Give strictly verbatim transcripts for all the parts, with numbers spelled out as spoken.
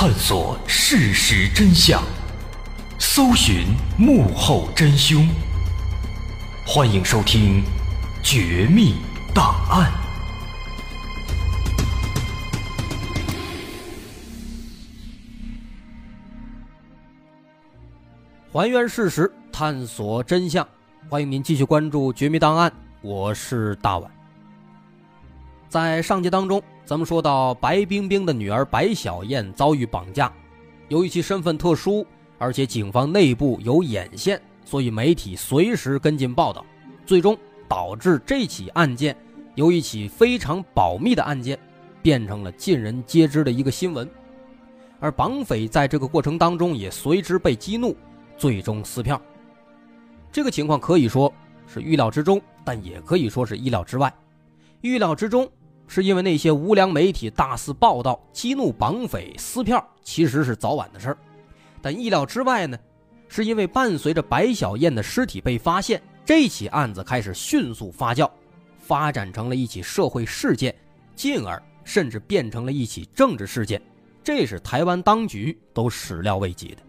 探索事实真相，搜寻幕后真凶。欢迎收听《绝密档案》。 还原事实，探索真相。欢迎您继续关注《绝密档案》，我是大碗。在上集当中，咱们说到白冰冰的女儿白小燕遭遇绑架，由于其身份特殊，而且警方内部有眼线，所以媒体随时跟进报道，最终导致这起案件由一起非常保密的案件变成了尽人皆知的一个新闻。而绑匪在这个过程当中也随之被激怒，最终撕票。这个情况可以说是预料之中，但也可以说是意料之外。预料之中是因为那些无良媒体大肆报道，激怒绑匪撕票其实是早晚的事儿。但意料之外呢，是因为伴随着白小燕的尸体被发现，这起案子开始迅速发酵，发展成了一起社会事件，进而甚至变成了一起政治事件，这是台湾当局都始料未及的。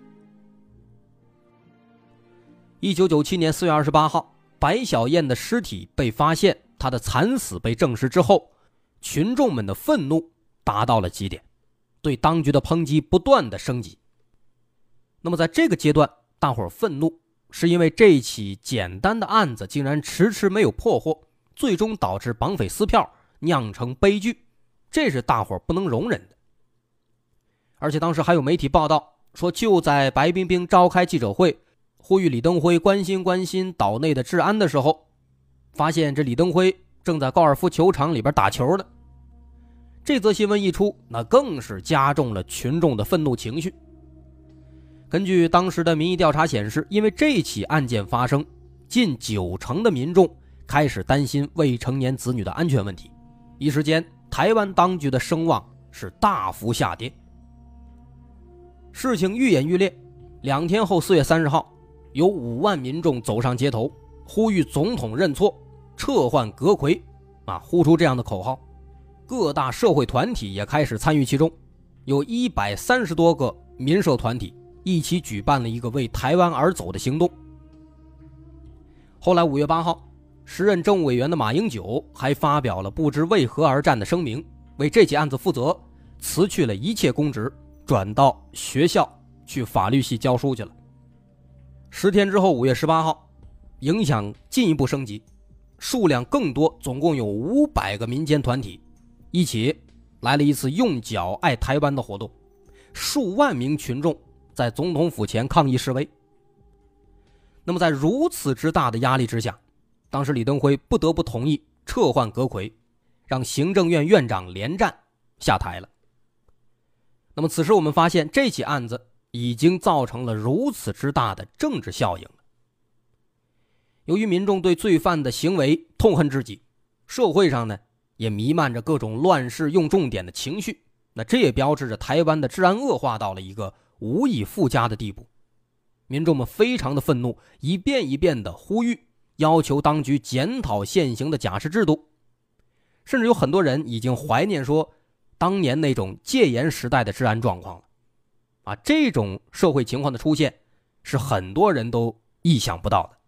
一九九七年四月二十八号，白小燕的尸体被发现，她的惨死被证实之后，群众们的愤怒达到了极点，对当局的抨击不断的升级。那么在这个阶段，大伙儿愤怒是因为这起简单的案子竟然迟迟没有破获，最终导致绑匪撕票，酿成悲剧，这是大伙儿不能容忍的。而且当时还有媒体报道说，就在白冰冰召开记者会呼吁李登辉关心关心岛内的治安的时候，发现这李登辉正在高尔夫球场里边打球呢。这则新闻一出，那更是加重了群众的愤怒情绪。根据当时的民意调查显示，因为这起案件发生，近九成的民众开始担心未成年子女的安全问题，一时间台湾当局的声望是大幅下跌。事情愈演愈烈，两天后四月三十号，有五万民众走上街头，呼吁总统认错，撤换阁揆啊，呼出这样的口号。各大社会团体也开始参与其中，有一百三十多个民社团体一起举办了一个为台湾而走的行动。后来五月八号，时任政务委员的马英九还发表了不知为何而战的声明，为这起案子负责，辞去了一切公职，转到学校去法律系教书去了。十天之后，五月十八号，影响进一步升级，数量更多，总共有五百个民间团体一起来了一次用脚爱台湾的活动，数万名群众在总统府前抗议示威。那么在如此之大的压力之下，当时李登辉不得不同意撤换阁揆，让行政院院长连战下台了。那么此时我们发现，这起案子已经造成了如此之大的政治效应了。由于民众对罪犯的行为痛恨至极，社会上呢也弥漫着各种乱世用重点的情绪，那这也标志着台湾的治安恶化到了一个无以复加的地步。民众们非常的愤怒，一遍一遍的呼吁，要求当局检讨现行的假释制度，甚至有很多人已经怀念说当年那种戒严时代的治安状况了。啊，这种社会情况的出现是很多人都意想不到的。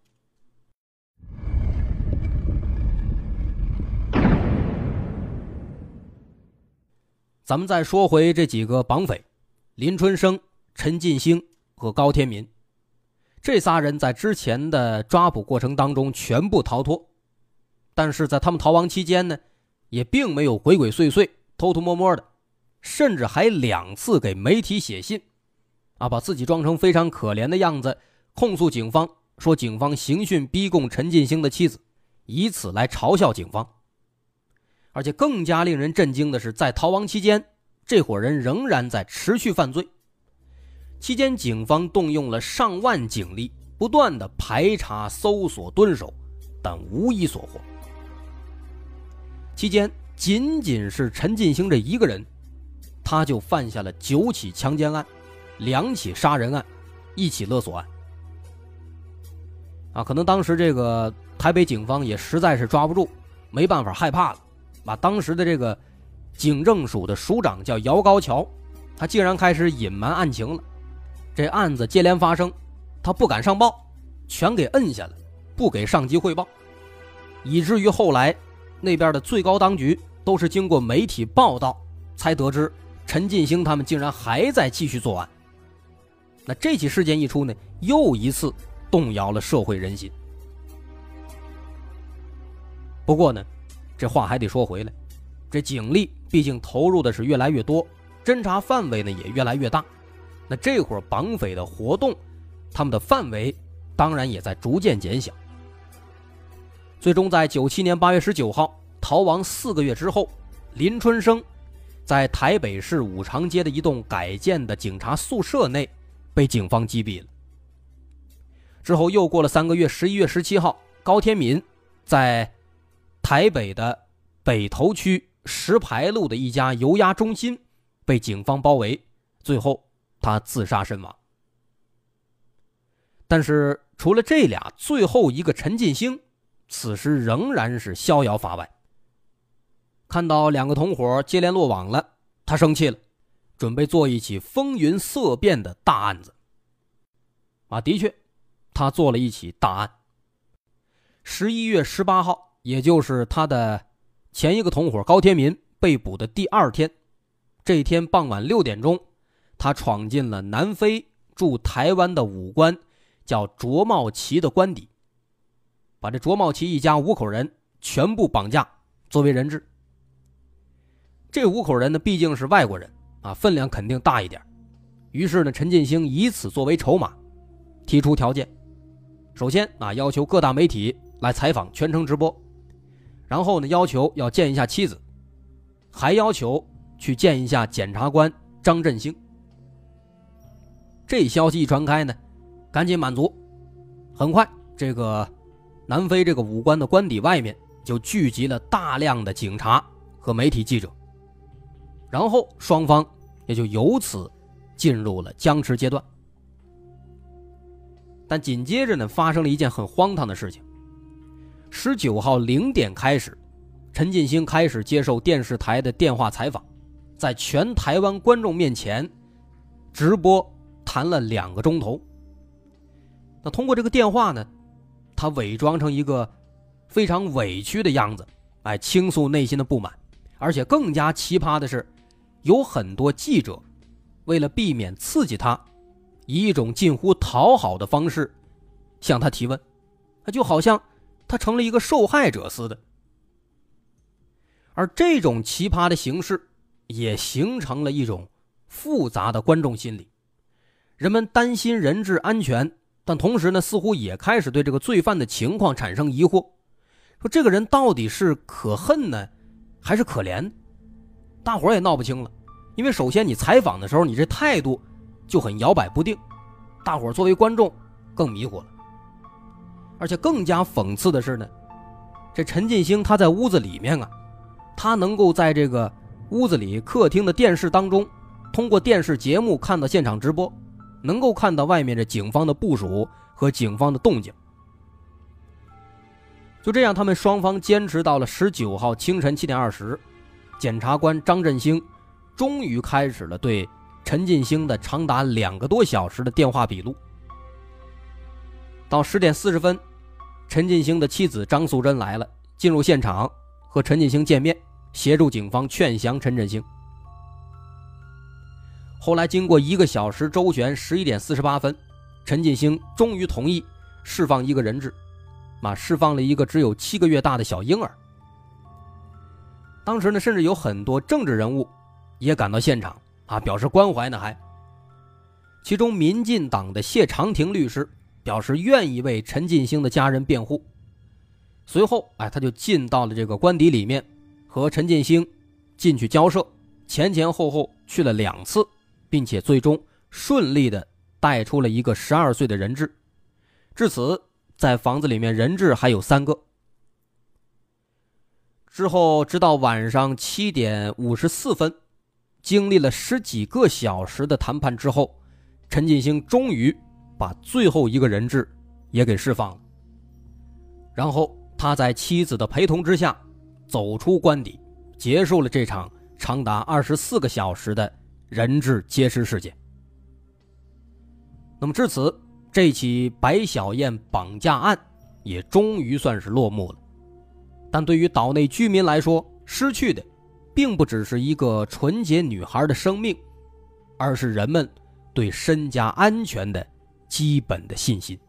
咱们再说回这几个绑匪，林春生、陈进兴和高天民，这仨人在之前的抓捕过程当中全部逃脱，但是在他们逃亡期间呢，也并没有鬼鬼祟祟、偷偷摸摸的，甚至还两次给媒体写信啊，把自己装成非常可怜的样子，控诉警方，说警方刑讯逼供陈进兴的妻子，以此来嘲笑警方。而且更加令人震惊的是，在逃亡期间，这伙人仍然在持续犯罪。期间警方动用了上万警力，不断的排查、搜索、蹲守，但无一所获。期间仅仅是陈进兴这一个人，他就犯下了九起强奸案、两起杀人案、一起勒索案。啊，可能当时这个台北警方也实在是抓不住，没办法，害怕了，把当时的这个警政署的署长叫姚高桥他竟然开始隐瞒案情了。这案子接连发生，他不敢上报，全给摁下了，不给上级汇报，以至于后来那边的最高当局都是经过媒体报道才得知陈进兴他们竟然还在继续作案。那这起事件一出呢，又一次动摇了社会人心。不过呢，这话还得说回来，这警力毕竟投入的是越来越多，侦查范围呢也越来越大。那这会儿绑匪的活动，他们的范围当然也在逐渐减小。最终在九七年八月十九号逃亡四个月之后，林春生在台北市五常街的一栋改建的警察宿舍内被警方击毙了。之后又过了三个月，十一月十七号，高天民在台北的北投区石牌路的一家油压中心被警方包围，最后他自杀身亡。但是除了这俩，最后一个陈进兴此时仍然是逍遥法外。看到两个同伙接连落网了，他生气了，准备做一起风云色变的大案子。啊，的确，他做了一起大案。十一月十八号，也就是他的前一个同伙高天民被捕的第二天，这一天傍晚六点钟，他闯进了南非驻台湾的武官叫卓茂奇的官邸，把这卓茂奇一家五口人全部绑架作为人质。这五口人呢毕竟是外国人啊，分量肯定大一点。于是呢，陈进兴以此作为筹码，提出条件。首先啊，要求各大媒体来采访，全程直播。然后呢，要求要见一下妻子，还要求去见一下检察官张振兴。这消息一传开呢，赶紧满足。很快，这个南非这个武官的官邸外面就聚集了大量的警察和媒体记者。然后双方也就由此进入了僵持阶段。但紧接着呢，发生了一件很荒唐的事情。十九号零点开始，陈进兴开始接受电视台的电话采访，在全台湾观众面前直播谈了两个钟头。那通过这个电话呢，他伪装成一个非常委屈的样子，哎，倾诉内心的不满。而且更加奇葩的是，有很多记者为了避免刺激他，以一种近乎讨好的方式向他提问，就好像他成了一个受害者似的。而这种奇葩的形式也形成了一种复杂的观众心理，人们担心人质安全，但同时呢，似乎也开始对这个罪犯的情况产生疑惑，说这个人到底是可恨呢还是可怜？大伙儿也闹不清了。因为首先你采访的时候，你这态度就很摇摆不定，大伙儿作为观众更迷糊了。而且更加讽刺的是呢，这陈进兴他在屋子里面啊，他能够在这个屋子里客厅的电视当中，通过电视节目看到现场直播，能够看到外面这警方的部署和警方的动静。就这样，他们双方坚持到了十九号清晨七点二十，检察官张振兴终于开始了对陈进兴的长达两个多小时的电话笔录。到十点四十分，陈进兴的妻子张素贞来了，进入现场和陈进兴见面，协助警方劝降陈振兴。后来经过一个小时周旋，十一点四十八分，陈进兴终于同意释放一个人质，啊，释放了一个只有七个月大的小婴儿。当时呢，甚至有很多政治人物也赶到现场啊，表示关怀呢还。其中民进党的谢长廷律师表示愿意为陈进兴的家人辩护。随后，哎，他就进到了这个官邸里面，和陈进兴进去交涉，前前后后去了两次，并且最终顺利的带出了一个十二岁的人质。至此，在房子里面人质还有三个。之后直到晚上七点五十四分，经历了十几个小时的谈判之后，陈进兴终于把最后一个人质也给释放了。然后他在妻子的陪同之下走出官邸，结束了这场长达二十四个小时的人质劫持事件。那么至此，这起白小燕绑架案也终于算是落幕了。但对于岛内居民来说，失去的并不只是一个纯洁女孩的生命，而是人们对身家安全的基本的信心。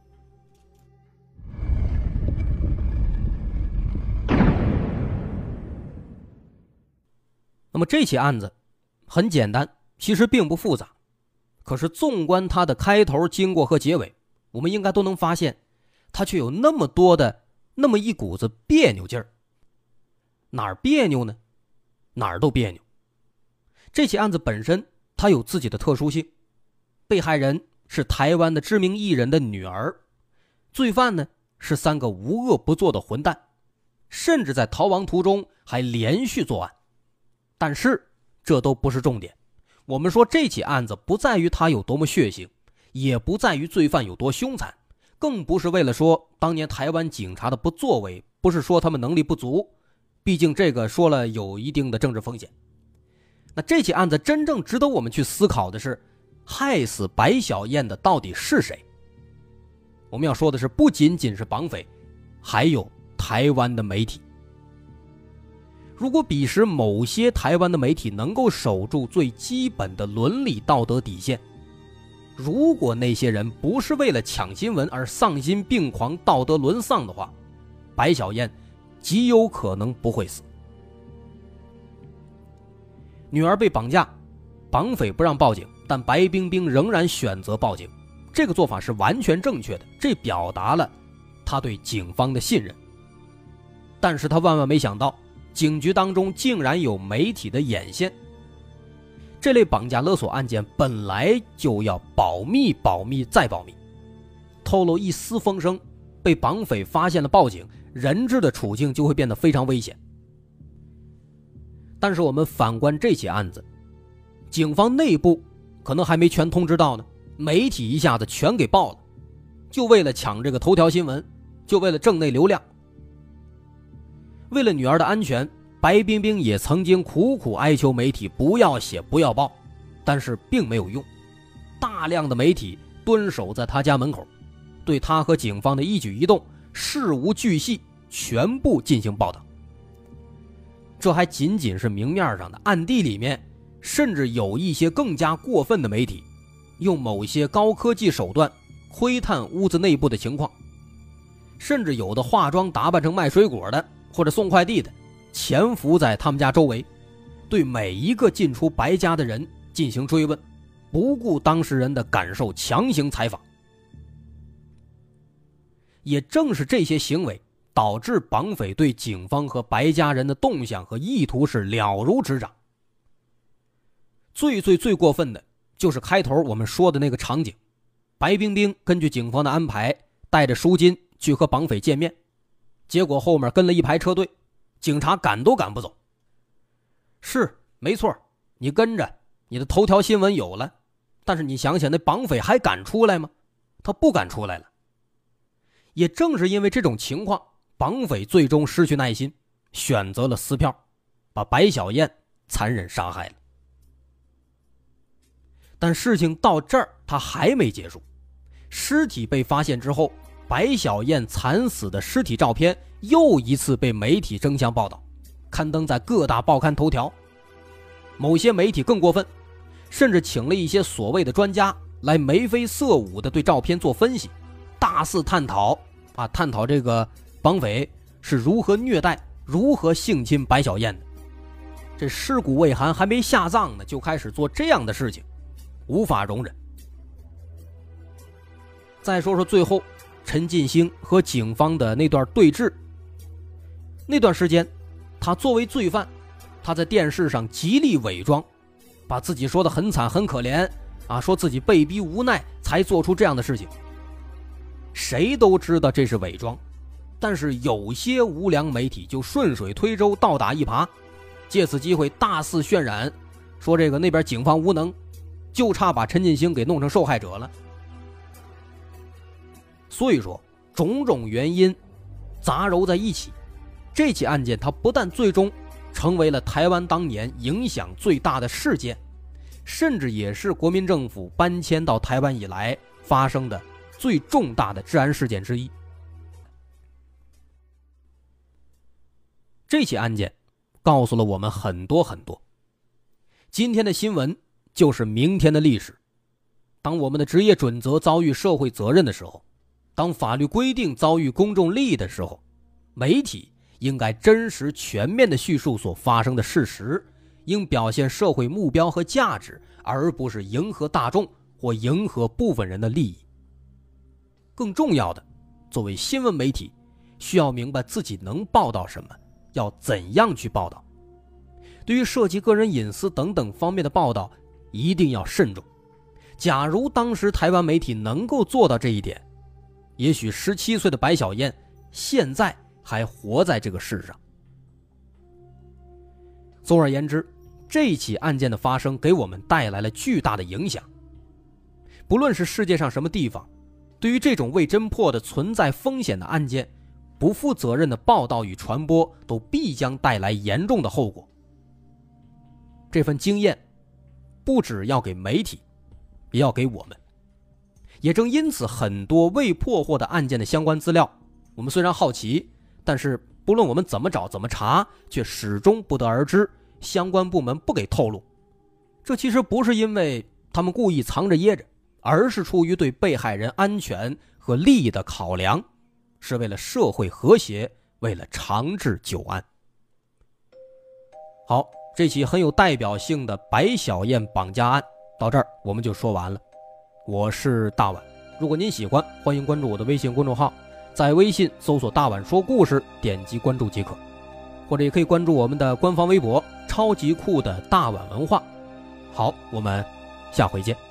那么这起案子很简单，其实并不复杂，可是纵观它的开头、经过和结尾，我们应该都能发现，它却有那么多的那么一股子别扭劲儿。哪儿别扭呢？哪儿都别扭。这起案子本身它有自己的特殊性，被害人是台湾的知名艺人的女儿，罪犯呢是三个无恶不作的混蛋，甚至在逃亡途中还连续作案。但是这都不是重点，我们说这起案子不在于它有多么血腥，也不在于罪犯有多凶残，更不是为了说当年台湾警察的不作为，不是说他们能力不足，毕竟这个说了有一定的政治风险。那这起案子真正值得我们去思考的是，害死白小燕的到底是谁？我们要说的是，不仅仅是绑匪，还有台湾的媒体。如果彼时某些台湾的媒体能够守住最基本的伦理道德底线，如果那些人不是为了抢新闻而丧心病狂、道德沦丧的话，白小燕极有可能不会死。女儿被绑架，绑匪不让报警，但白冰冰仍然选择报警，这个做法是完全正确的，这表达了她对警方的信任。但是她万万没想到，警局当中竟然有媒体的眼线。这类绑架勒索案件本来就要保密保密再保密，透露一丝风声，被绑匪发现了报警，人质的处境就会变得非常危险。但是我们反观这起案子，警方内部可能还没全通知到呢，媒体一下子全给报了，就为了抢这个头条新闻，就为了挣内流量。为了女儿的安全，白冰冰也曾经苦苦哀求媒体不要写不要报，但是并没有用。大量的媒体蹲守在她家门口，对她和警方的一举一动事无巨细全部进行报道。这还仅仅是明面上的，暗地里面甚至有一些更加过分的媒体，用某些高科技手段窥探屋子内部的情况，甚至有的化妆打扮成卖水果的或者送快递的，潜伏在他们家周围，对每一个进出白家的人进行追问，不顾当事人的感受强行采访。也正是这些行为导致绑匪对警方和白家人的动向和意图是了如指掌。最最最过分的就是开头我们说的那个场景，白冰冰根据警方的安排带着赎金去和绑匪见面，结果后面跟了一排车队，警察赶都赶不走。是没错，你跟着，你的头条新闻有了，但是你想想，那绑匪还敢出来吗？他不敢出来了。也正是因为这种情况，绑匪最终失去耐心，选择了撕票，把白小燕残忍杀害了。但事情到这儿他还没结束，尸体被发现之后，白小燕惨死的尸体照片又一次被媒体争相报道，刊登在各大报刊头条。某些媒体更过分，甚至请了一些所谓的专家来眉飞色舞地对照片做分析，大肆探讨啊，探讨这个绑匪是如何虐待、如何性侵白小燕的。这尸骨未寒，还没下葬呢，就开始做这样的事情，无法容忍。再说说最后陈进兴和警方的那段对峙。那段时间他作为罪犯，他在电视上极力伪装，把自己说得很惨很可怜啊，说自己被逼无奈才做出这样的事情。谁都知道这是伪装，但是有些无良媒体就顺水推舟，倒打一耙，借此机会大肆渲染，说这个那边警方无能，就差把陈进兴给弄成受害者了。所以说种种原因杂糅在一起，这起案件它不但最终成为了台湾当年影响最大的事件， 甚至也是国民政府搬迁到台湾以来发生的最重大的治安事件之一。这起案件告诉了我们很多很多。今天的新闻就是明天的历史。当我们的职业准则遭遇社会责任的时候，当法律规定遭遇公众利益的时候，媒体应该真实全面地叙述所发生的事实，应表现社会目标和价值，而不是迎合大众或迎合部分人的利益。更重要的，作为新闻媒体，需要明白自己能报道什么，要怎样去报道。对于涉及个人隐私等等方面的报道，一定要慎重。假如当时台湾媒体能够做到这一点，也许十七岁的白小燕现在还活在这个世上。总而言之，这起案件的发生给我们带来了巨大的影响。不论是世界上什么地方，对于这种未侦破的存在风险的案件，不负责任的报道与传播都必将带来严重的后果。这份经验不只要给媒体，也要给我们。也正因此，很多未破获的案件的相关资料，我们虽然好奇，但是不论我们怎么找怎么查，却始终不得而知，相关部门不给透露。这其实不是因为他们故意藏着掖着，而是出于对被害人安全和利益的考量，是为了社会和谐，为了长治久安。好，这起很有代表性的白小燕绑架案到这儿我们就说完了。我是大碗，如果您喜欢，欢迎关注我的微信公众号，在微信搜索大碗说故事，点击关注即可，或者也可以关注我们的官方微博超级酷的大碗文化。好，我们下回见。